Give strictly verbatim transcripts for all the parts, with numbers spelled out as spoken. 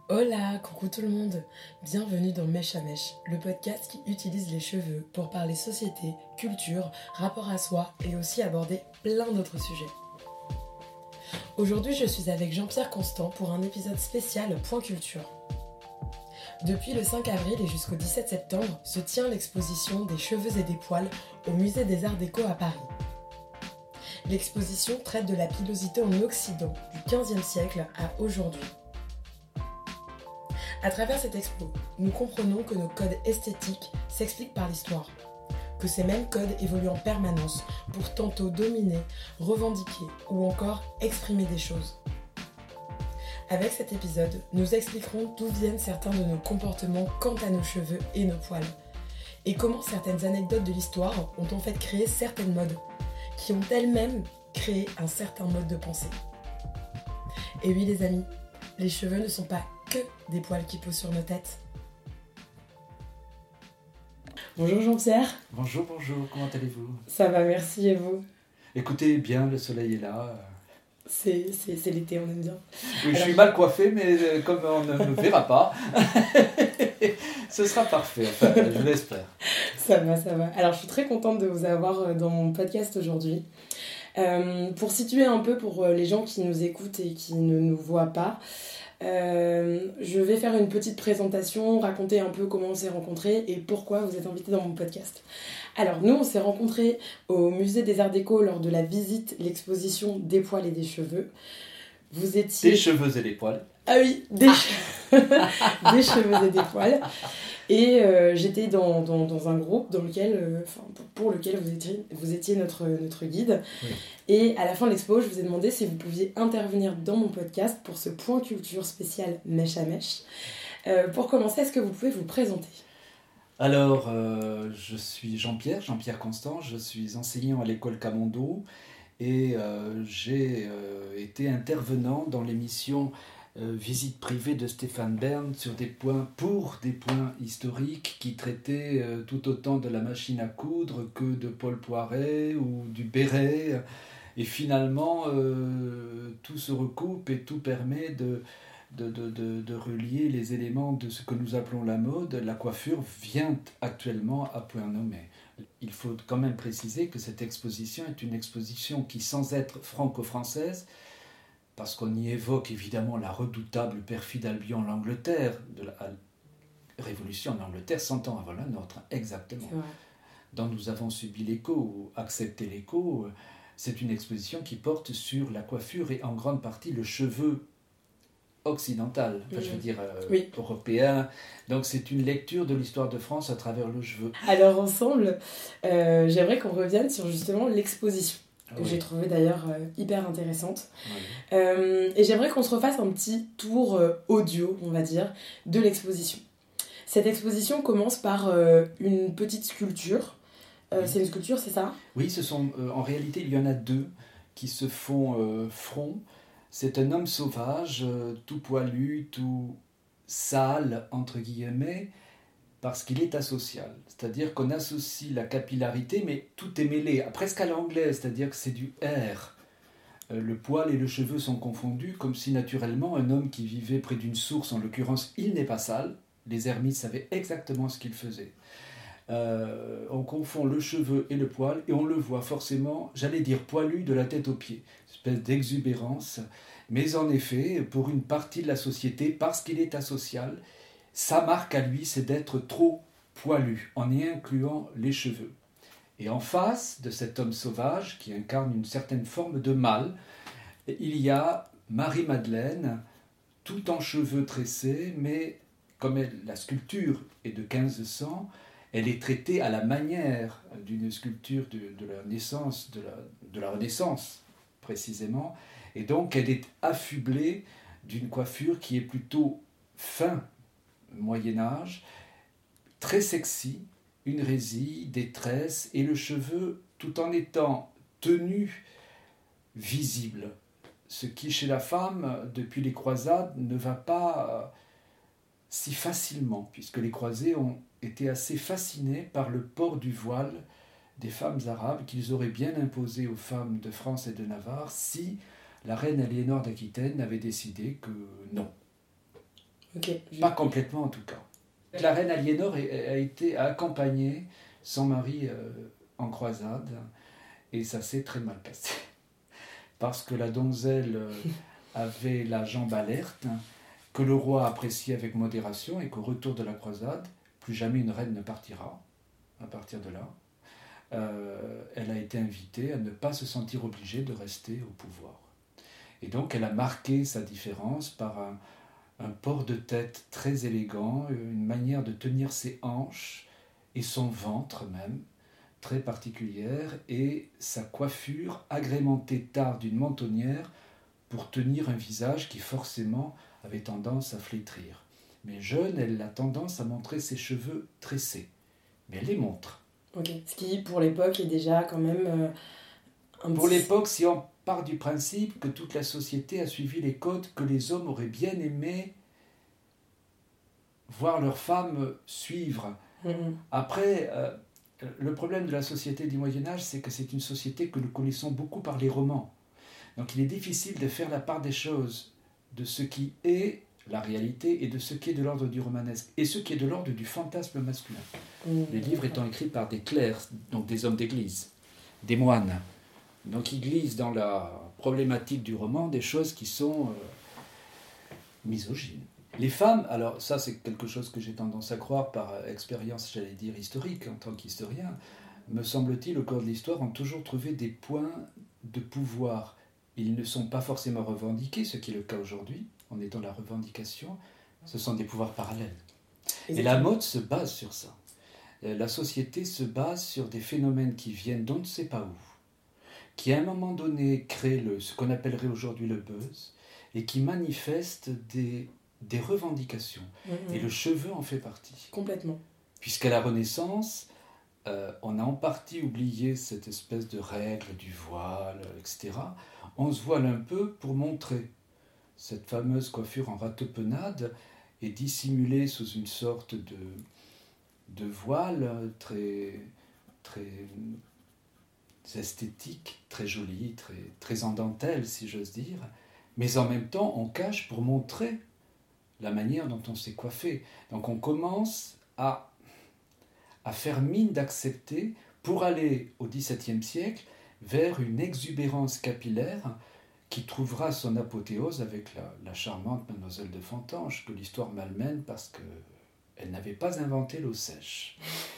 Hola, coucou tout le monde. Bienvenue dans Mèche à Mèche, le podcast qui utilise les cheveux pour parler société, culture, rapport à soi et aussi aborder plein d'autres sujets. Aujourd'hui, je suis avec Jean-Pierre Constant pour un épisode spécial Point Culture. Depuis le cinq avril et jusqu'au dix-sept septembre se tient l'exposition des cheveux et des poils au Musée des Arts Déco à Paris. L'exposition traite de la pilosité en Occident du quinzième siècle à aujourd'hui. À travers cette expo, nous comprenons que nos codes esthétiques s'expliquent par l'histoire, que ces mêmes codes évoluent en permanence pour tantôt dominer, revendiquer ou encore exprimer des choses. Avec cet épisode, nous expliquerons d'où viennent certains de nos comportements quant à nos cheveux et nos poils, et comment certaines anecdotes de l'histoire ont en fait créé certaines modes, qui ont elles-mêmes créé un certain mode de pensée. Et oui les amis, les cheveux ne sont pas que des poils qui posent sur nos têtes. Bonjour Jean-Pierre. Bonjour, bonjour, comment allez-vous ? Ça va, merci, et vous ? Écoutez, bien, le soleil est là. C'est, c'est, c'est l'été, on aime bien. Oui, Alors, je suis mal coiffé, mais euh, comme on ne me verra pas, ce sera parfait, enfin, je l'espère. Ça va, ça va. Alors, je suis très contente de vous avoir dans mon podcast aujourd'hui. Euh, pour situer un peu pour les gens qui nous écoutent et qui ne nous voient pas, Euh, je vais faire une petite présentation, raconter un peu comment on s'est rencontrés et pourquoi vous êtes invités dans mon podcast. Alors nous on s'est rencontrés au musée des Arts Déco lors de la visite, l'exposition des poils et des cheveux. Vous étiez... Des cheveux et des poils. Ah oui, des, ah. Che... des cheveux et des poils. Et euh, j'étais dans, dans, dans un groupe dans lequel, euh, pour, pour lequel vous étiez, vous étiez notre, notre guide. Oui. Et à la fin de l'expo, je vous ai demandé si vous pouviez intervenir dans mon podcast pour ce point culture spécial Mèche à Mèche. Euh, pour commencer, est-ce que vous pouvez vous présenter ? Alors, euh, je suis Jean-Pierre, Jean-Pierre Constant, je suis enseignant à l'école Camondo et euh, j'ai euh, été intervenant dans l'émission Euh, visite privée de Stéphane Bern sur des points, pour des points historiques qui traitaient euh, tout autant de la machine à coudre que de Paul Poiret ou du béret. Et finalement, euh, tout se recoupe et tout permet de, de, de, de, de relier les éléments de ce que nous appelons la mode. La coiffure vient actuellement à point nommé. Il faut quand même préciser que cette exposition est une exposition qui, sans être franco-française, parce qu'on y évoque évidemment la redoutable perfide Albion, l'Angleterre, de la révolution en Angleterre, cent ans avant la nôtre, exactement, dont nous avons subi l'écho, ou accepté l'écho. C'est une exposition qui porte sur la coiffure et en grande partie le cheveu occidental, enfin, mmh. je veux dire euh, oui. européen. Donc c'est une lecture de l'histoire de France à travers le cheveu. Alors ensemble, euh, j'aimerais qu'on revienne sur justement l'exposition. Que oui. J'ai trouvé d'ailleurs euh, hyper intéressante. Oui. Euh, et j'aimerais qu'on se refasse un petit tour euh, audio, on va dire, de l'exposition. Cette exposition commence par euh, une petite sculpture. Euh, oui. C'est une sculpture, c'est ça ? Oui, ce sont, euh, en réalité, il y en a deux qui se font euh, front. C'est un homme sauvage, euh, tout poilu, tout sale, entre guillemets, parce qu'il est asocial. C'est-à-dire qu'on associe la capillarité, mais tout est mêlé, presque à l'anglaise, c'est-à-dire que c'est du air. Euh, le poil et le cheveu sont confondus, comme si naturellement un homme qui vivait près d'une source, en l'occurrence, il n'est pas sale, les ermites savaient exactement ce qu'il faisait. Euh, on confond le cheveu et le poil, et on le voit forcément, j'allais dire poilu de la tête aux pieds, une espèce d'exubérance. Mais en effet, pour une partie de la société, parce qu'il est asocial, sa marque à lui, c'est d'être trop poilu, en y incluant les cheveux. Et en face de cet homme sauvage, qui incarne une certaine forme de mâle, il y a Marie-Madeleine, tout en cheveux tressés, mais comme elle, la sculpture est de quinze cents, elle est traitée à la manière d'une sculpture de, de la naissance, de la, de la Renaissance, précisément. Et donc, elle est affublée d'une coiffure qui est plutôt fin Moyen-Âge, très sexy, une résille, des tresses et le cheveu tout en étant tenu, visible. Ce qui chez la femme, depuis les croisades, ne va pas si facilement, puisque les croisés ont été assez fascinés par le port du voile des femmes arabes qu'ils auraient bien imposé aux femmes de France et de Navarre si la reine Aliénor d'Aquitaine avait décidé que non. Okay. Pas complètement en tout cas. La reine Aliénor a, a été accompagnée son mari euh, en croisade et ça s'est très mal passé. Parce que la donzelle euh, avait la jambe alerte, que le roi appréciait avec modération et qu'au retour de la croisade, plus jamais une reine ne partira à partir de là. Euh, elle a été invitée à ne pas se sentir obligée de rester au pouvoir. Et donc elle a marqué sa différence par un, un port de tête très élégant, une manière de tenir ses hanches et son ventre même, très particulière, et sa coiffure agrémentée tard d'une mentonnière pour tenir un visage qui forcément avait tendance à flétrir. Mais jeune, elle a tendance à montrer ses cheveux tressés. Mais elle les montre. Ok. Ce qui, pour l'époque, est déjà quand même euh, un Pour petit... l'époque, si on part du principe que toute la société a suivi les codes que les hommes auraient bien aimé voir leurs femmes suivre. Mm-hmm. Après, euh, le problème de la société du Moyen-Âge, c'est que c'est une société que nous connaissons beaucoup par les romans. Donc il est difficile de faire la part des choses, de ce qui est la réalité et de ce qui est de l'ordre du romanesque, et ce qui est de l'ordre du fantasme masculin. Mmh, les livres étant écrits par des clercs, donc des hommes d'église, des moines. Donc ils glissent dans la problématique du roman des choses qui sont euh, misogynes. Les femmes, alors ça c'est quelque chose que j'ai tendance à croire par expérience, j'allais dire historique en tant qu'historien, me semble-t-il, au cours de l'histoire, ont toujours trouvé des points de pouvoir. Ils ne sont pas forcément revendiqués, ce qui est le cas aujourd'hui. On est dans la revendication, ce sont des pouvoirs parallèles. Et la mode se base sur ça. La société se base sur des phénomènes qui viennent d'on ne sait pas où, qui à un moment donné créent le, ce qu'on appellerait aujourd'hui le buzz, et qui manifestent des, des revendications. Mmh. Et le cheveu en fait partie. Complètement. Puisqu'à la Renaissance, euh, on a en partie oublié cette espèce de règle du voile, et cetera. On se voile un peu pour montrer. Cette fameuse coiffure en râteaupenade est dissimulée sous une sorte de, de voile très, très esthétique, très jolie, très, très en dentelle, si j'ose dire. Mais en même temps, on cache pour montrer la manière dont on s'est coiffé. Donc on commence à, à faire mine d'accepter pour aller au XVIIe siècle vers une exubérance capillaire qui trouvera son apothéose avec la, la charmante mademoiselle de Fontanges, que l'histoire malmène parce qu'elle n'avait pas inventé l'eau sèche.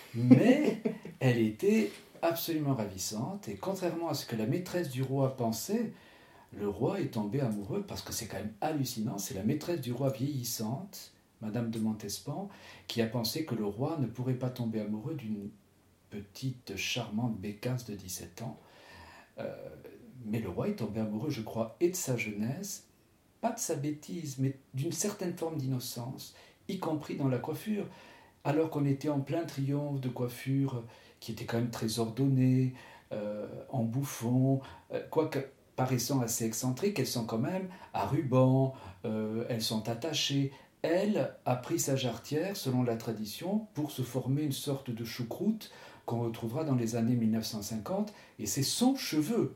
Mais elle était absolument ravissante, et contrairement à ce que la maîtresse du roi pensait, le roi est tombé amoureux, parce que c'est quand même hallucinant, c'est la maîtresse du roi vieillissante, Madame de Montespan, qui a pensé que le roi ne pourrait pas tomber amoureux d'une petite charmante bécasse de dix-sept ans. Euh, mais le roi est tombé amoureux, je crois, et de sa jeunesse, pas de sa bêtise, mais d'une certaine forme d'innocence, y compris dans la coiffure, alors qu'on était en plein triomphe de coiffure qui était quand même très ordonnée, euh, en bouffon, euh, quoique paraissant assez excentriques, elles sont quand même à ruban, euh, elles sont attachées. Elle a pris sa jarretière, selon la tradition, pour se former une sorte de choucroute qu'on retrouvera dans les années mille neuf cent cinquante, et c'est son cheveu.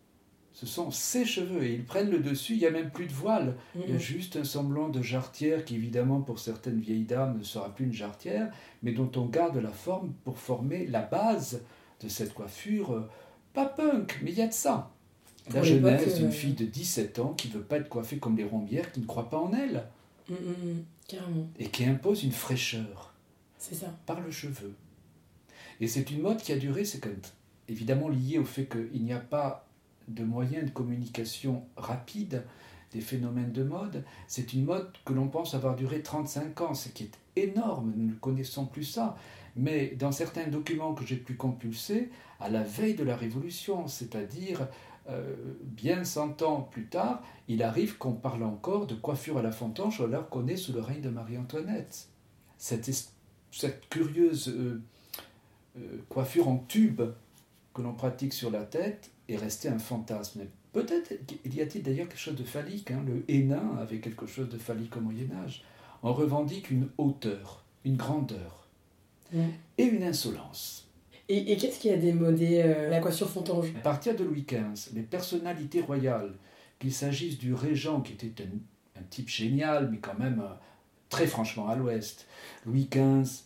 Ce sont ses cheveux, et ils prennent le dessus, il n'y a même plus de voile. Mmh. Il y a juste un semblant de jarretière qui, évidemment, pour certaines vieilles dames, ne sera plus une jarretière, mais dont on garde la forme pour former la base de cette coiffure, euh, pas punk, mais il y a de ça. La jeunesse d'une euh... fille de dix-sept ans qui ne veut pas être coiffée comme les rombières, qui ne croit pas en elle. Mmh, mmh, carrément. Et qui impose une fraîcheur. C'est ça. Par le cheveu. Et c'est une mode qui a duré, c'est quand même évidemment lié au fait qu'il n'y a pas de moyens de communication rapide des phénomènes de mode. C'est une mode que l'on pense avoir duré trente-cinq ans, ce qui est énorme, nous ne connaissons plus ça. Mais dans certains documents que j'ai pu compulser, à la veille de la Révolution, c'est-à-dire euh, bien cent ans plus tard, il arrive qu'on parle encore de coiffure à la Fontange alors qu'on est sous le règne de Marie-Antoinette. Cette, cette curieuse euh, euh, coiffure en tube que l'on pratique sur la tête est resté un fantasme. Peut-être il y a-t-il d'ailleurs quelque chose de phallique, hein, le Hénin avait quelque chose de phallique au Moyen-Âge. On revendique une hauteur, une grandeur mmh. et une insolence. Et, et qu'est-ce qui a démodé euh, la coiffure Fontange ? À partir de Louis quinze, les personnalités royales, qu'il s'agisse du régent qui était un, un type génial, mais quand même euh, très franchement à l'ouest. Louis quinze,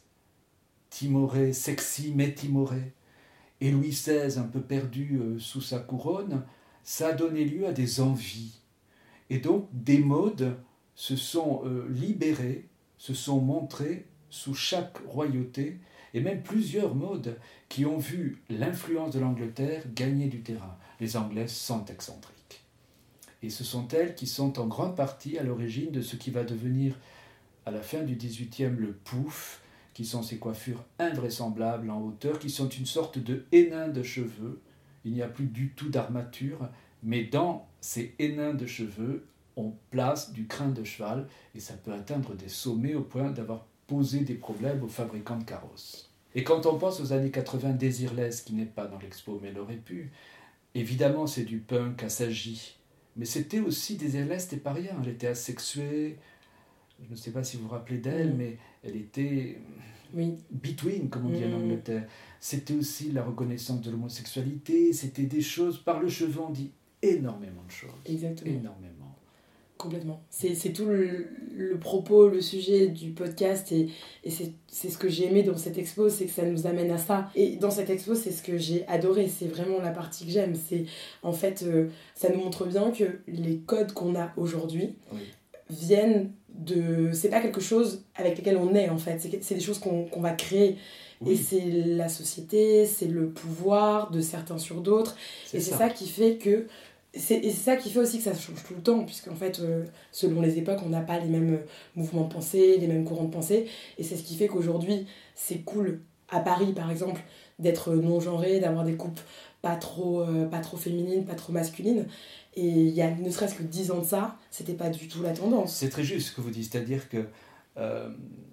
timoré, sexy mais timoré. Et Louis seize, un peu perdu euh, sous sa couronne, ça a donné lieu à des envies. Et donc des modes se sont euh, libérés, se sont montrés sous chaque royauté, et même plusieurs modes qui ont vu l'influence de l'Angleterre gagner du terrain. Les Anglaises sont excentriques. Et ce sont elles qui sont en grande partie à l'origine de ce qui va devenir, à la fin du dix-huitième, le pouf, qui sont ces coiffures invraisemblables en hauteur, qui sont une sorte de hénin de cheveux. Il n'y a plus du tout d'armature, mais dans ces hénins de cheveux, on place du crin de cheval, et ça peut atteindre des sommets au point d'avoir posé des problèmes aux fabricants de carrosses. Et quand on pense aux années quatre-vingts, Désirless, qui n'est pas dans l'expo, mais elle aurait pu, évidemment c'est du punk assagi, mais c'était aussi, Désirless, c'était pas rien, elle était asexuée, je ne sais pas si vous vous rappelez d'elle, mmh. mais elle était oui. between, comme on dit mmh. en Angleterre. C'était aussi la reconnaissance de l'homosexualité, c'était des choses, par le cheveu on dit énormément de choses. Exactement. Énormément. Complètement. C'est, c'est tout le, le propos, le sujet du podcast et, et c'est, c'est ce que j'ai aimé dans cette expo, c'est que ça nous amène à ça. Et dans cette expo, c'est ce que j'ai adoré, c'est vraiment la partie que j'aime. C'est, en fait, euh, ça nous montre bien que les codes qu'on a aujourd'hui oui. viennent de... C'est pas quelque chose avec lequel on est, en fait. C'est, c'est des choses qu'on, qu'on va créer. Oui. Et c'est la société, c'est le pouvoir de certains sur d'autres. C'est et ça. C'est ça qui fait que... C'est, et c'est ça qui fait aussi que ça change tout le temps, puisqu'en fait, euh, selon les époques, on n'a pas les mêmes mouvements de pensée, les mêmes courants de pensée, et c'est ce qui fait qu'aujourd'hui, c'est cool, à Paris par exemple, d'être non-genré, d'avoir des coupes pas trop, euh, pas trop féminines, pas trop masculines, et il y a ne serait-ce que dix ans de ça, c'était pas du tout la tendance. C'est très juste ce que vous dites, c'est-à-dire que euh,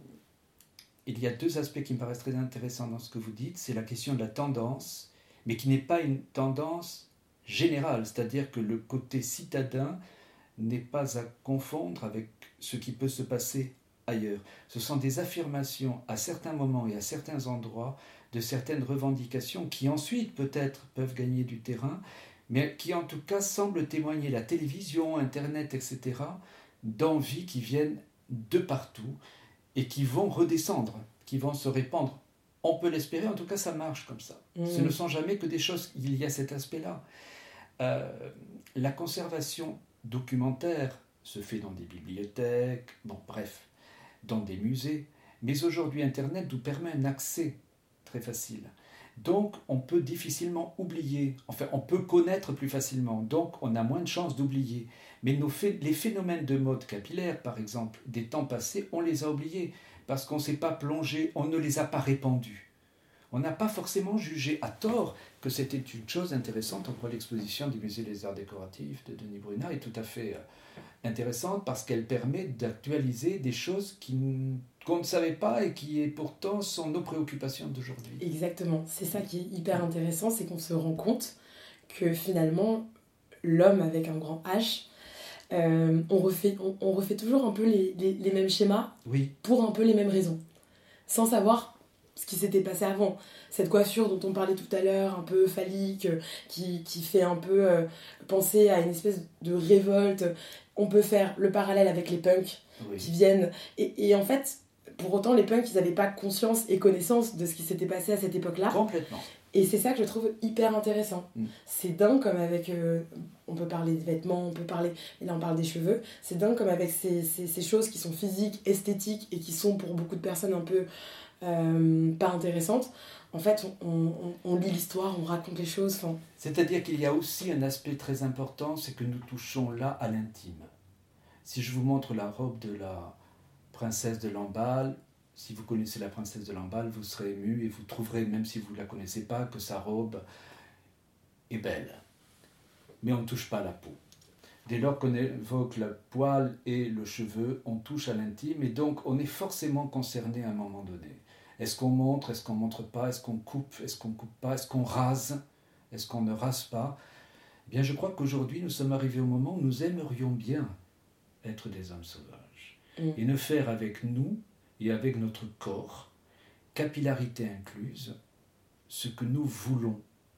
il y a deux aspects qui me paraissent très intéressants dans ce que vous dites, c'est la question de la tendance, mais qui n'est pas une tendance général, c'est-à-dire que le côté citadin n'est pas à confondre avec ce qui peut se passer ailleurs. Ce sont des affirmations à certains moments et à certains endroits de certaines revendications qui ensuite peut-être peuvent gagner du terrain, mais qui en tout cas semblent témoigner, la télévision, Internet, et cetera, d'envies qui viennent de partout et qui vont redescendre, qui vont se répandre. On peut l'espérer, en tout cas ça marche comme ça. Mmh. Ce ne sont jamais que des choses, il y a cet aspect-là. Euh, la conservation documentaire se fait dans des bibliothèques, bon bref, dans des musées, mais aujourd'hui Internet nous permet un accès très facile. Donc on peut difficilement oublier, enfin on peut connaître plus facilement, donc on a moins de chances d'oublier. Mais nos ph- les phénomènes de mode capillaire, par exemple, des temps passés, on les a oubliés, parce qu'on ne s'est pas plongé, on ne les a pas répandus. On n'a pas forcément jugé à tort que c'était une chose intéressante. On voit l'exposition du Musée des Arts Décoratifs de Denis Brunat est tout à fait intéressante parce qu'elle permet d'actualiser des choses qui, qu'on ne savait pas et qui pourtant sont nos préoccupations d'aujourd'hui. Exactement. C'est ça qui est hyper intéressant, c'est qu'on se rend compte que finalement, l'homme avec un grand H, euh, on, refait, on, on refait toujours un peu les, les, les mêmes schémas oui. pour un peu les mêmes raisons, sans savoir ce qui s'était passé avant. Cette coiffure dont on parlait tout à l'heure, un peu phallique, qui, qui fait un peu euh, penser à une espèce de révolte. On peut faire le parallèle avec les punks oui. qui viennent. Et, et en fait, pour autant, les punks, ils n'avaient pas conscience et connaissance de ce qui s'était passé à cette époque-là. Complètement. Et c'est ça que je trouve hyper intéressant. Mm. C'est dingue comme avec... Euh, on peut parler des vêtements, on peut parler... Et là, on parle des cheveux. C'est dingue comme avec ces, ces, ces choses qui sont physiques, esthétiques, et qui sont pour beaucoup de personnes un peu... Euh, pas intéressante. En fait, on, on, on lit l'histoire, on raconte les choses. Fin... C'est-à-dire qu'il y a aussi un aspect très important, c'est que nous touchons là à l'intime. Si je vous montre la robe de la princesse de Lamballe, si vous connaissez la princesse de Lamballe, vous serez ému et vous trouverez, même si vous ne la connaissez pas, que sa robe est belle. Mais on ne touche pas à la peau. Dès lors qu'on évoque le poil et le cheveu, on touche à l'intime et donc on est forcément concerné à un moment donné. Est-ce qu'on montre, est-ce qu'on ne montre pas, est-ce qu'on coupe, est-ce qu'on ne coupe pas, est-ce qu'on rase, est-ce qu'on ne rase pas ? Eh bien, je crois qu'aujourd'hui, nous sommes arrivés au moment où nous aimerions bien être des hommes sauvages mmh. et ne faire avec nous et avec notre corps, capillarité incluse, ce que nous voulons.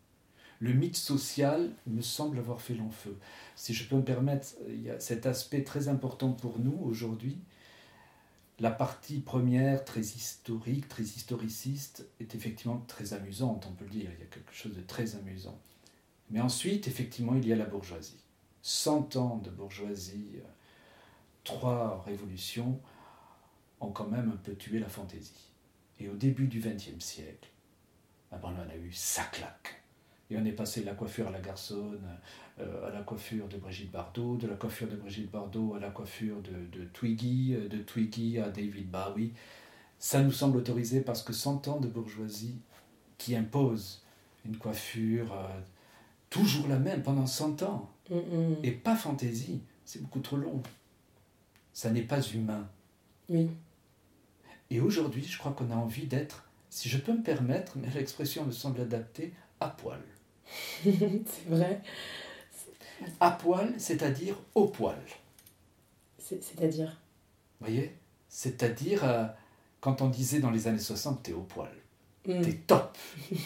Le mythe social me semble avoir fait long feu. Si je peux me permettre, il y a cet aspect très important pour nous aujourd'hui. la partie première, très historique, très historiciste, est effectivement très amusante, on peut le dire, il y a quelque chose de très amusant. Mais ensuite, effectivement, il y a la bourgeoisie. Cent ans de bourgeoisie, euh, trois révolutions ont quand même un peu tué la fantaisie. Et au début du vingtième siècle, ah ben, on a eu ça claque. Et on est passé de la coiffure à la garçonne, euh, à la coiffure de Brigitte Bardot, de la coiffure de Brigitte Bardot à la coiffure de, de Twiggy, de Twiggy à David Bowie. Ça nous semble autorisé parce que cent ans de bourgeoisie qui impose une coiffure euh, toujours la même pendant cent ans. Mm-mm. Et pas fantaisie, c'est beaucoup trop long. Ça n'est pas humain. Oui. Et aujourd'hui, je crois qu'on a envie d'être, si je peux me permettre, mais l'expression me semble adaptée, à poil. C'est vrai. À poil, c'est-à-dire au poil. C'est, c'est-à-dire Vous voyez ? C'est-à-dire, euh, quand on disait dans les années soixante, t'es au poil. Mm. T'es top.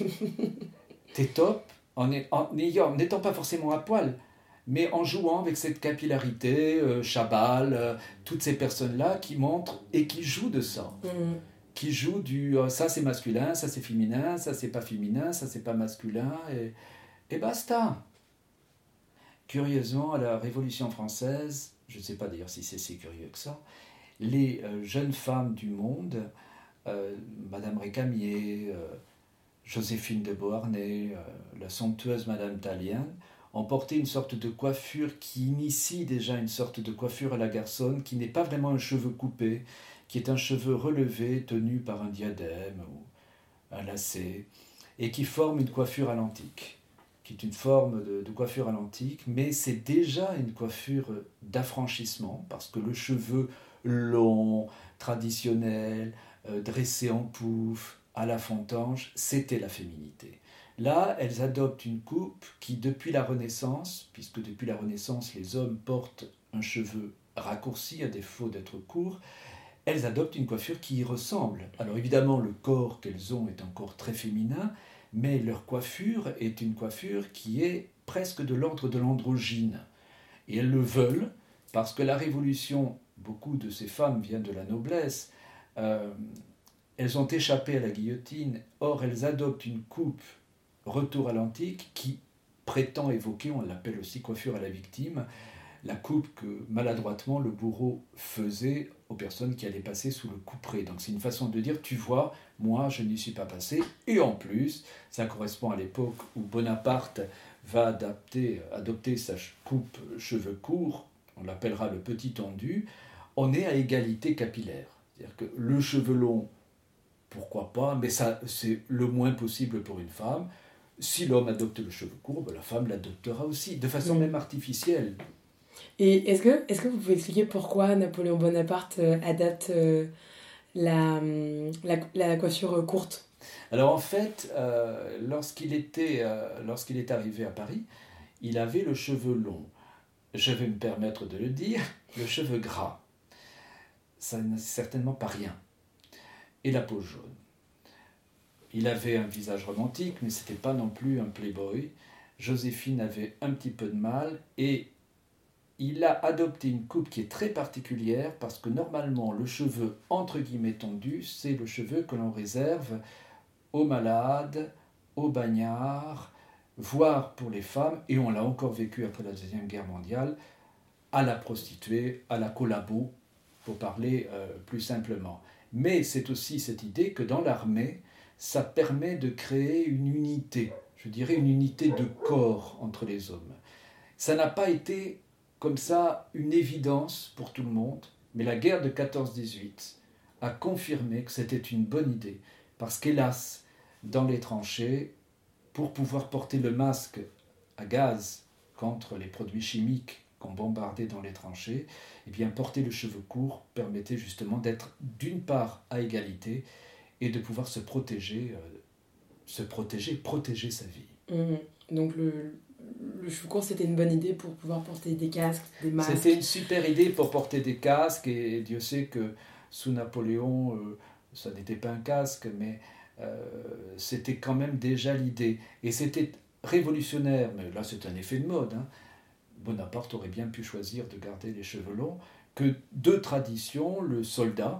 T'es top en n'étant pas forcément à poil, mais en jouant avec cette capillarité, euh, Chabal, euh, toutes ces personnes-là qui montrent et qui jouent de ça. Mm. Qui jouent du euh, ça c'est masculin, ça c'est féminin, ça c'est pas féminin, ça c'est pas masculin, et, et basta. Curieusement, à la Révolution française, je ne sais pas d'ailleurs si c'est si curieux que ça, les euh, jeunes femmes du monde, euh, Madame Récamier, euh, Joséphine de Beauharnais, euh, la somptueuse Madame Tallien, ont porté une sorte de coiffure qui initie déjà une sorte de coiffure à la garçonne, qui n'est pas vraiment un cheveu coupé, qui est un cheveu relevé, tenu par un diadème ou un lacet, et qui forme une coiffure à l'antique, qui est une forme de, de coiffure à l'antique, mais c'est déjà une coiffure d'affranchissement, parce que le cheveu long, traditionnel, euh, dressé en pouffe, à la fontange, c'était la féminité. Là, elles adoptent une coupe qui, depuis la Renaissance, puisque depuis la Renaissance, les hommes portent un cheveu raccourci, à défaut d'être court, elles adoptent une coiffure qui y ressemble. Alors évidemment, le corps qu'elles ont est un corps très féminin, mais leur coiffure est une coiffure qui est presque de l'ordre de l'androgyne. Et elles le veulent parce que la Révolution, beaucoup de ces femmes viennent de la noblesse, euh, elles ont échappé à la guillotine, or elles adoptent une coupe retour à l'antique qui prétend évoquer, on l'appelle aussi coiffure à la victime, la coupe que maladroitement le bourreau faisait aux personnes qui allaient passer sous le couperet. Donc c'est une façon de dire, tu vois, moi je n'y suis pas passé, et en plus, ça correspond à l'époque où Bonaparte va adapter, adopter sa coupe cheveux courts, on l'appellera le petit tondu, on est à égalité capillaire. C'est-à-dire que le cheveu long, pourquoi pas, mais ça c'est le moins possible pour une femme. Si l'homme adopte le cheveu court, ben la femme l'adoptera aussi, de façon même artificielle. Et est-ce que, est-ce que vous pouvez expliquer pourquoi Napoléon Bonaparte euh, adapte euh, la, la, la coiffure courte ? Alors en fait, euh, lorsqu'il, était, euh, lorsqu'il est arrivé à Paris, il avait le cheveu long. Je vais me permettre de le dire, le cheveu gras. Ça n'est certainement pas rien. Et la peau jaune. Il avait un visage romantique, mais ce n'était pas non plus un playboy. Joséphine avait un petit peu de mal et il a adopté une coupe qui est très particulière parce que normalement le cheveu entre guillemets tondu, c'est le cheveu que l'on réserve aux malades, aux bagnards, voire pour les femmes, et on l'a encore vécu après la Deuxième Guerre mondiale, à la prostituée, à la collabo, pour parler euh, plus simplement. Mais c'est aussi cette idée que dans l'armée, ça permet de créer une unité, je dirais une unité de corps entre les hommes. Ça n'a pas été comme ça une évidence pour tout le monde, mais la guerre de quatorze dix-huit a confirmé que c'était une bonne idée, parce qu'hélas, dans les tranchées, pour pouvoir porter le masque à gaz contre les produits chimiques qu'on bombardait dans les tranchées, eh bien porter le cheveu court permettait justement d'être d'une part à égalité et de pouvoir se protéger, euh, se protéger, protéger sa vie. Mmh. Donc le, le cheveu court, c'était une bonne idée pour pouvoir porter des casques, des masques. C'était une super idée pour porter des casques, et Dieu sait que sous Napoléon, euh, ça n'était pas un casque, mais euh, c'était quand même déjà l'idée. Et c'était révolutionnaire, mais là c'est un effet de mode, hein. Bonaparte aurait bien pu choisir de garder les cheveux longs, que de tradition, le soldat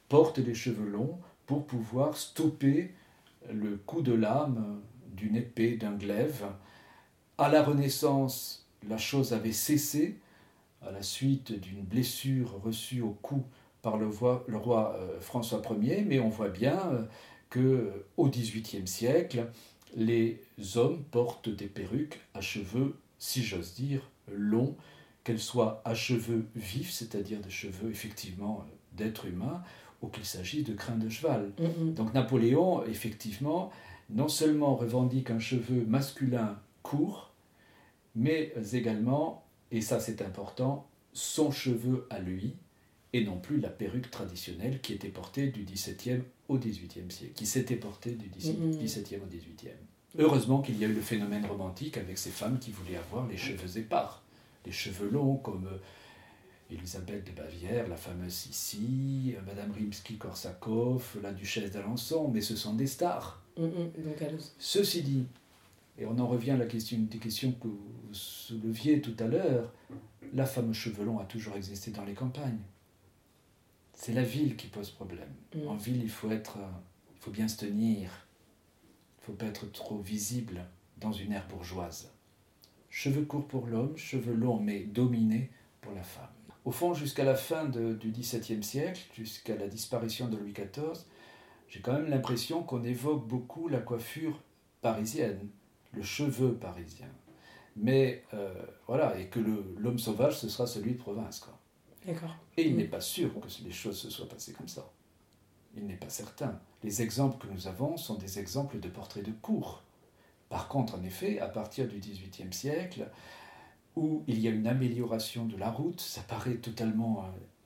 portent les cheveux longs pour pouvoir stopper le coup de lame d'une épée, d'un glaive. À la Renaissance, la chose avait cessé à la suite d'une blessure reçue au cou par le roi, le roi euh, François Ier, mais on voit bien euh, qu'au dix-huitième siècle, les hommes portent des perruques à cheveux, si j'ose dire, longs, qu'elles soient à cheveux vifs, c'est-à-dire des cheveux effectivement d'êtres humains, ou qu'il s'agisse de crins de cheval. Mmh. Donc Napoléon, effectivement, non seulement revendique un cheveu masculin court, mais également, et ça c'est important, son cheveu à lui, et non plus la perruque traditionnelle qui était portée du dix-septième au dix-huitième siècle, qui s'était portée du dix-septième au dix-huitième. Heureusement qu'il y a eu le phénomène romantique avec ces femmes qui voulaient avoir les cheveux épars, les cheveux longs comme Élisabeth de Bavière, la fameuse Sissi, Madame Rimsky-Korsakov, la duchesse d'Alençon, mais ce sont des stars. Mmh, donc elle... Ceci dit, et on en revient à la question, une des questions que vous souleviez tout à l'heure, la femme aux cheveux longs a toujours existé dans les campagnes. C'est la ville qui pose problème. Mmh. En ville, il faut être, il faut bien se tenir, il ne faut pas être trop visible dans une ère bourgeoise. Cheveux courts pour l'homme, cheveux longs mais dominés pour la femme. Au fond, jusqu'à la fin de, du dix-septième siècle, jusqu'à la disparition de Louis quatorze, j'ai quand même l'impression qu'on évoque beaucoup la coiffure parisienne, le cheveu parisien. Mais euh, voilà, et que le, l'homme sauvage, ce sera celui de province, quoi. D'accord. Et il mmh. n'est pas sûr que les choses se soient passées comme ça. Il n'est pas certain. Les exemples que nous avons sont des exemples de portraits de cour. Par contre, en effet, à partir du dix-huitième siècle, où il y a une amélioration de la route, ça paraît totalement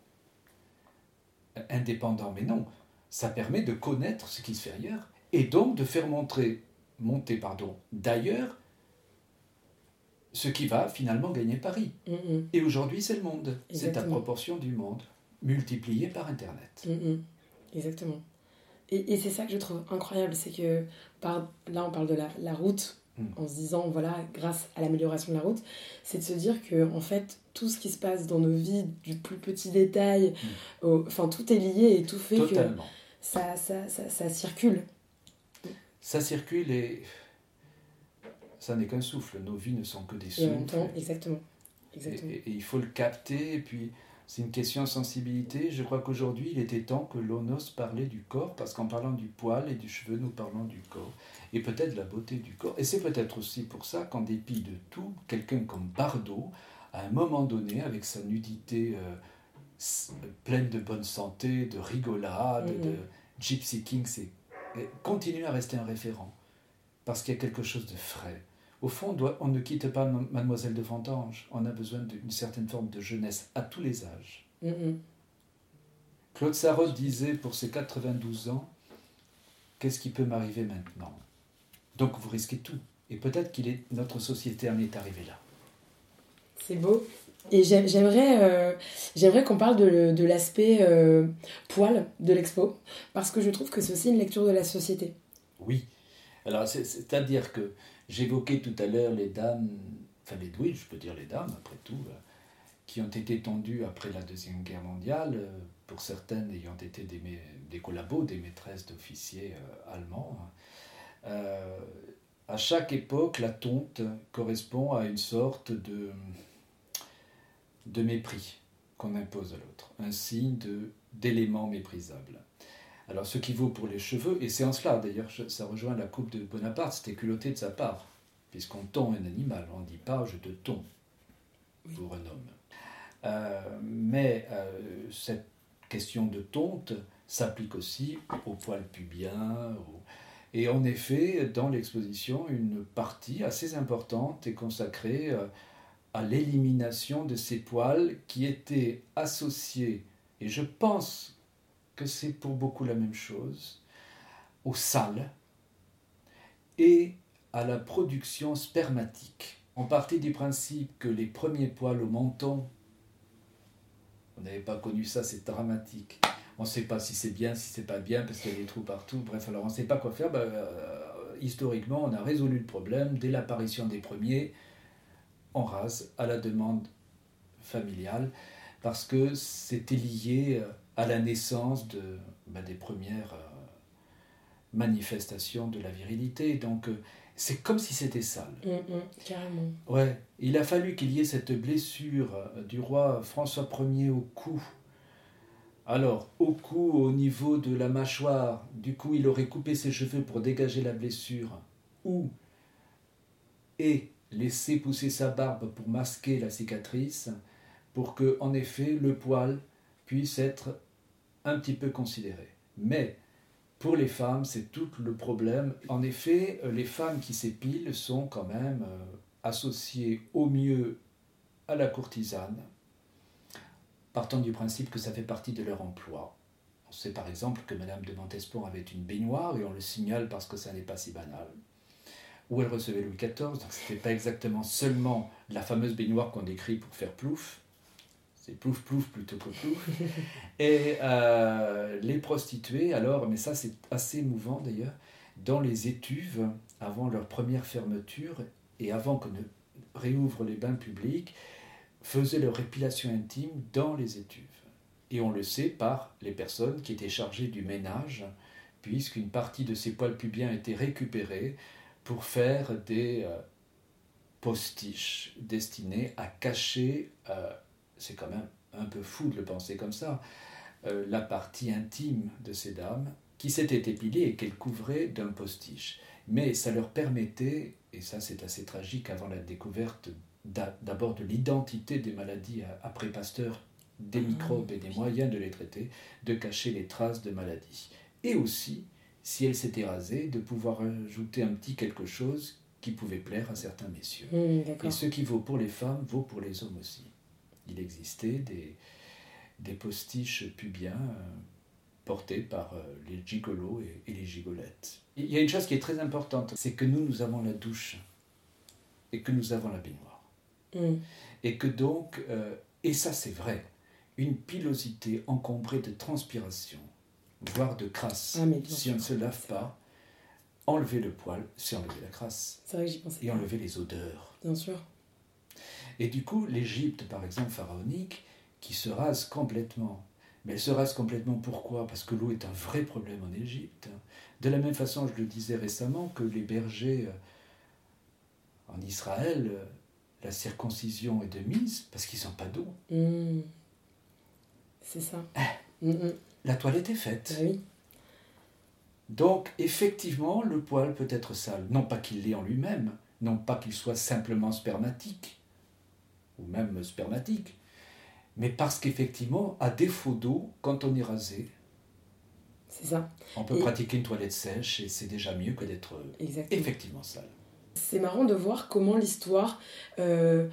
euh, indépendant, mais non. Ça permet de connaître ce qui se fait ailleurs, et donc de faire montrer, monter pardon, d'ailleurs ce qui va finalement gagner Paris. Mmh. Et aujourd'hui, c'est le monde. Exactement. C'est à proportion du monde, multiplié par Internet. Mmh. Exactement. Et, et c'est ça que je trouve incroyable, c'est que par, là, on parle de la, la route, mmh. en se disant, voilà, grâce à l'amélioration de la route, c'est de se dire que, en fait, tout ce qui se passe dans nos vies, du plus petit détail, mmh. au, enfin, tout est lié et tout fait Totalement. que ça, ça, ça, ça circule. Ça circule et... ça n'est qu'un souffle, nos vies ne sont que des souffles. Et en même temps, exactement. exactement. Et, et, et il faut le capter, et puis c'est une question de sensibilité. Je crois qu'aujourd'hui, il était temps que l'on ose parler du corps, parce qu'en parlant du poil et du cheveu, nous parlons du corps, et peut-être de la beauté du corps. Et c'est peut-être aussi pour ça qu'en dépit de tout, quelqu'un comme Bardot, à un moment donné, avec sa nudité euh, pleine de bonne santé, de rigolade, mm-hmm. de Gypsy King, c'est, continue à rester un référent, parce qu'il y a quelque chose de frais. Au fond, on, doit, on ne quitte pas Mademoiselle de Vendange. On a besoin d'une certaine forme de jeunesse à tous les âges. Mm-hmm. Claude Sarraute disait pour ses quatre-vingt-douze ans, qu'est-ce qui peut m'arriver maintenant ? Donc vous risquez tout. Et peut-être que notre société en est arrivée là. C'est beau. Et j'aimerais, euh, j'aimerais qu'on parle de, de l'aspect euh, poil de l'expo, parce que je trouve que c'est aussi une lecture de la société. Oui. Alors, c'est, c'est-à-dire que j'évoquais tout à l'heure les dames, enfin les oui, je peux dire les dames après tout, euh, qui ont été tondues après la Deuxième Guerre mondiale, euh, pour certaines ayant été des, des collabos, des maîtresses d'officiers euh, allemands. Euh, à chaque époque, la tonte correspond à une sorte de, de mépris qu'on impose à l'autre, un signe de, d'élément méprisable. Alors, ce qui vaut pour les cheveux, et c'est en cela, d'ailleurs, ça rejoint la coupe de Bonaparte, c'était culotté de sa part, puisqu'on tond un animal, on ne dit pas « je te tonds » pour un homme. Euh, mais euh, cette question de tonte s'applique aussi au poil pubien. Au... Et en effet, dans l'exposition, une partie assez importante est consacrée euh, à l'élimination de ces poils qui étaient associés, et je pense que c'est pour beaucoup la même chose, au sale et à la production spermatique. On partait du principe que les premiers poils au menton, on n'avait pas connu ça, c'est dramatique. On ne sait pas si c'est bien, si c'est pas bien, parce qu'il y a des trous partout. Bref, alors on ne sait pas quoi faire. Ben, euh, historiquement, on a résolu le problème. Dès l'apparition des premiers, on rase à la demande familiale. parce que c'était lié à la naissance de, bah, des premières euh, manifestations de la virilité. Donc euh, c'est comme si c'était sale. Mmh, mmh, carrément. Ouais, il a fallu qu'il y ait cette blessure du roi François Ier au cou. Alors, au cou, au niveau de la mâchoire, du coup, il aurait coupé ses cheveux pour dégager la blessure, ou et laissé pousser sa barbe pour masquer la cicatrice, pour que, en effet, le poil puisse être un petit peu considéré. Mais pour les femmes, c'est tout le problème. En effet, les femmes qui s'épilent sont quand même euh, associées au mieux à la courtisane, partant du principe que ça fait partie de leur emploi. On sait par exemple que Madame de Montespan avait une baignoire, et on le signale parce que ça n'est pas si banal, où elle recevait Louis quatorze, donc ce n'était pas exactement seulement la fameuse baignoire qu'on décrit pour faire plouf, c'est plouf plouf plutôt que plouf. Et euh, les prostituées, alors, mais ça c'est assez émouvant d'ailleurs, dans les étuves, avant leur première fermeture, et avant qu'on ne réouvre les bains publics, faisaient leur épilation intime dans les étuves. Et on le sait par les personnes qui étaient chargées du ménage, puisqu'une partie de ces poils pubiens était récupérée pour faire des euh, postiches destinés à cacher, euh, c'est quand même un peu fou de le penser comme ça, euh, la partie intime de ces dames qui s'étaient épilées et qu'elles couvraient d'un postiche. Mais ça leur permettait, et ça c'est assez tragique avant la découverte d'abord de l'identité des maladies après Pasteur, des microbes et des moyens de les traiter, de cacher les traces de maladies. Et aussi, si elle s'était rasée, de pouvoir ajouter un petit quelque chose qui pouvait plaire à certains messieurs. Mmh, et ce qui vaut pour les femmes, vaut pour les hommes aussi. Il existait des, des postiches pubiens euh, portés par euh, les gigolos et, et les gigolettes. Il y a une chose qui est très importante, c'est que nous, nous avons la douche et que nous avons la baignoire. Mmh. Et que donc, euh, et ça c'est vrai, une pilosité encombrée de transpiration, voire de crasse, ah, si sûr. on ne se lave pas, enlever le poil, c'est enlever la crasse. C'est vrai que j'y pensais et pas. enlever les odeurs. Bien sûr. Et du coup, l'Égypte, par exemple, pharaonique, qui se rase complètement. Mais elle se rase complètement pourquoi ? Parce que l'eau est un vrai problème en Égypte. De la même façon, je le disais récemment, que les bergers en Israël, la circoncision est de mise parce qu'ils n'ont pas d'eau. Mmh. C'est ça. Mmh. La toilette est faite. Ah oui. Donc, effectivement, le poil peut être sale. Non pas qu'il l'ait en lui-même, non pas qu'il soit simplement spermatique, ou même spermatique, mais parce qu'effectivement, à défaut d'eau, quand on est rasé, c'est ça. On peut et... pratiquer une toilette sèche et c'est déjà mieux que d'être Exactement. effectivement sale. C'est marrant de voir comment l'histoire, euh,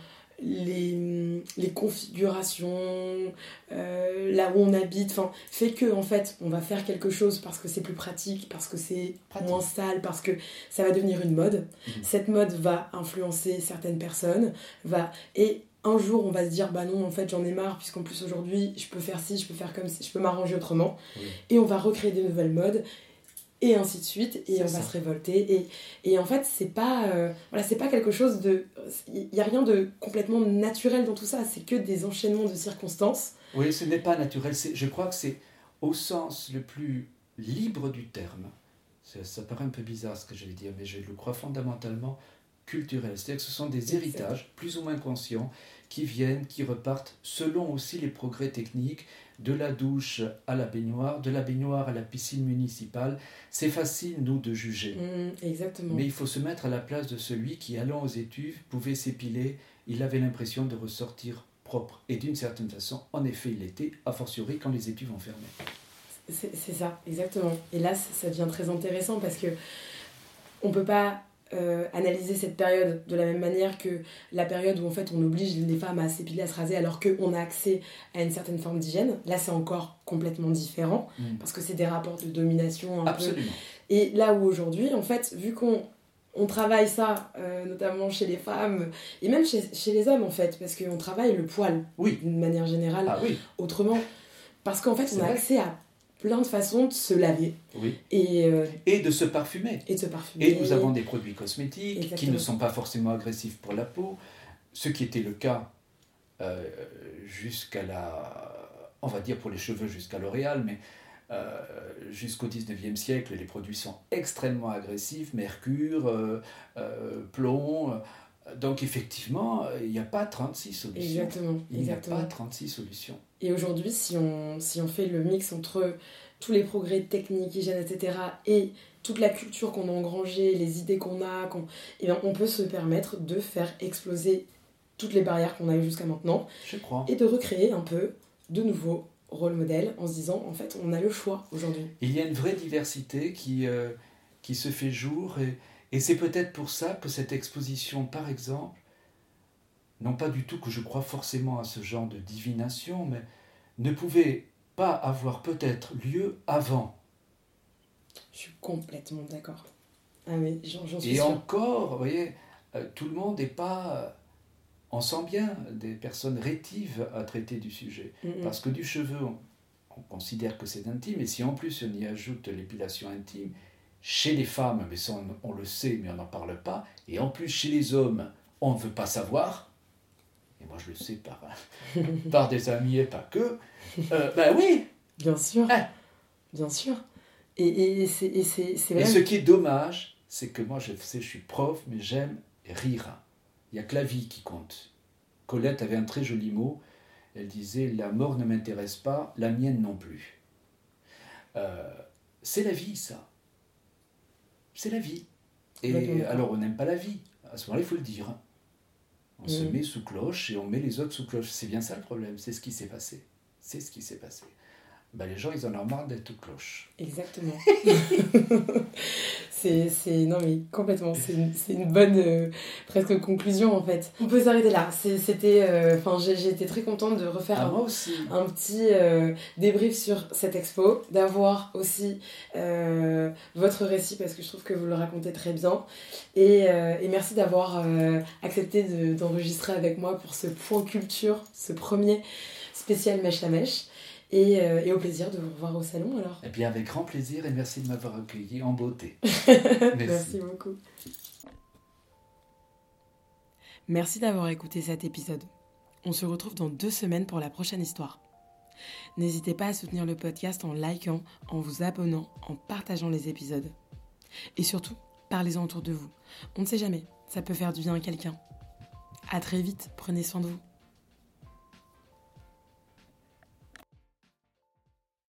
les, les configurations, euh, là où on habite, fait que en fait, on va faire quelque chose parce que c'est plus pratique, parce que c'est pratique. Moins sale, parce que ça va devenir une mode. Mmh. Cette mode va influencer certaines personnes, va... et un jour, on va se dire, bah non, en fait, j'en ai marre, puisqu'en plus, aujourd'hui, je peux faire ci, je peux faire comme ci, je peux m'arranger autrement. Oui. Et on va recréer des nouvelles modes, et ainsi de suite, et c'est on ça. va se révolter. Et, et en fait, c'est pas, euh, voilà, c'est pas quelque chose de... Il n'y a rien de complètement naturel dans tout ça, c'est que des enchaînements de circonstances. Oui, ce n'est pas naturel. C'est, je crois que c'est au sens le plus libre du terme. Ça, ça paraît un peu bizarre ce que je vais dire, mais je le crois fondamentalement culturel. C'est-à-dire que ce sont des héritages, plus ou moins conscients, qui viennent, qui repartent, selon aussi les progrès techniques, de la douche à la baignoire, de la baignoire à la piscine municipale. C'est facile, nous, de juger. Mmh, exactement. Mais il faut se mettre à la place de celui qui, allant aux étuves, pouvait s'épiler. Il avait l'impression de ressortir propre. Et d'une certaine façon, en effet, il l'était, a fortiori quand les étuves ont fermé. C'est, c'est ça, exactement. Et là, ça devient très intéressant parce que on ne peut pas euh, analyser cette période de la même manière que la période où en fait on oblige les femmes à s'épiler, à se raser alors qu'on a accès à une certaine forme d'hygiène. Là, c'est encore complètement différent mmh. parce que c'est des rapports de domination un Absolument. peu. Et là où aujourd'hui, en fait, vu qu'on on travaille ça, euh, notamment chez les femmes et même chez, chez les hommes en fait, parce qu'on travaille le poil oui. d'une manière générale ah, oui. autrement. Parce qu'en fait, c'est on a vrai. accès à plein de façons de se laver. Oui. Et, euh, et de se parfumer. Et de se parfumer. Et nous avons des produits cosmétiques Exactement. qui ne sont pas forcément agressifs pour la peau, ce qui était le cas euh, jusqu'à la... On va dire pour les cheveux jusqu'à L'Oréal, mais euh, jusqu'au dix-neuvième siècle, les produits sont extrêmement agressifs, mercure, euh, euh, plomb... Euh, donc effectivement, il n'y a pas trente-six solutions. Exactement. Il n'y a exactement. pas trente-six solutions. Et aujourd'hui, si on, si on fait le mix entre tous les progrès techniques, hygiène, et cetera, et toute la culture qu'on a engrangée, les idées qu'on a, qu'on, et bien, on peut se permettre de faire exploser toutes les barrières qu'on a eues jusqu'à maintenant. Je crois. Et de recréer un peu de nouveaux rôle modèle en se disant, en fait, on a le choix aujourd'hui. Il y a une vraie diversité qui, euh, qui se fait jour et, et c'est peut-être pour ça que cette exposition, par exemple, non pas du tout que je crois forcément à ce genre de divination, mais ne pouvait pas avoir peut-être lieu avant. Je suis complètement d'accord. Ah mais j'en, j'en suis Et sûre. encore, vous voyez, euh, tout le monde n'est pas... Euh, on sent bien des personnes rétives à traiter du sujet. Mm-hmm. Parce que du cheveu, on, on considère que c'est intime, et si en plus on y ajoute l'épilation intime, chez les femmes, mais ça on, on le sait, mais on n'en parle pas, et en plus chez les hommes, on ne veut pas savoir, et moi je le sais par, par des amis et pas que, euh, ben oui. Bien sûr, hein. Bien sûr. Et, et, et, c'est, et, c'est, c'est et vrai. ce qui est dommage, c'est que moi je sais, je suis prof, mais j'aime rire. Il n'y a que la vie qui compte. Colette avait un très joli mot, elle disait « La mort ne m'intéresse pas, la mienne non plus euh, ». C'est la vie, ça. C'est la vie. Et alors, on n'aime pas la vie. À ce moment-là, il faut le dire. On mmh. se met sous cloche et on met les autres sous cloche. C'est bien ça le problème. C'est ce qui s'est passé. C'est ce qui s'est passé. Ben, les gens, ils en ont marre d'être sous cloche. Exactement. c'est, c'est... Non, mais complètement. C'est une, c'est une bonne euh, presque conclusion, en fait. On peut s'arrêter là. C'est, c'était... Enfin, euh, j'ai, j'ai été très contente de refaire ah, un, moi aussi. un petit euh, débrief sur cette expo, d'avoir aussi euh, votre récit, parce que je trouve que vous le racontez très bien. Et, euh, et merci d'avoir euh, accepté de, d'enregistrer avec moi pour ce point culture, ce premier spécial Mèche la Mèche. Et, euh, et au plaisir de vous revoir au salon alors. Eh bien avec grand plaisir et merci de m'avoir accueilli en beauté. Merci. Merci beaucoup. Merci d'avoir écouté cet épisode. On se retrouve dans deux semaines pour la prochaine histoire. N'hésitez pas à soutenir le podcast en likant, en vous abonnant, en partageant les épisodes. Et surtout, parlez-en autour de vous. On ne sait jamais, ça peut faire du bien à quelqu'un. À très vite, prenez soin de vous.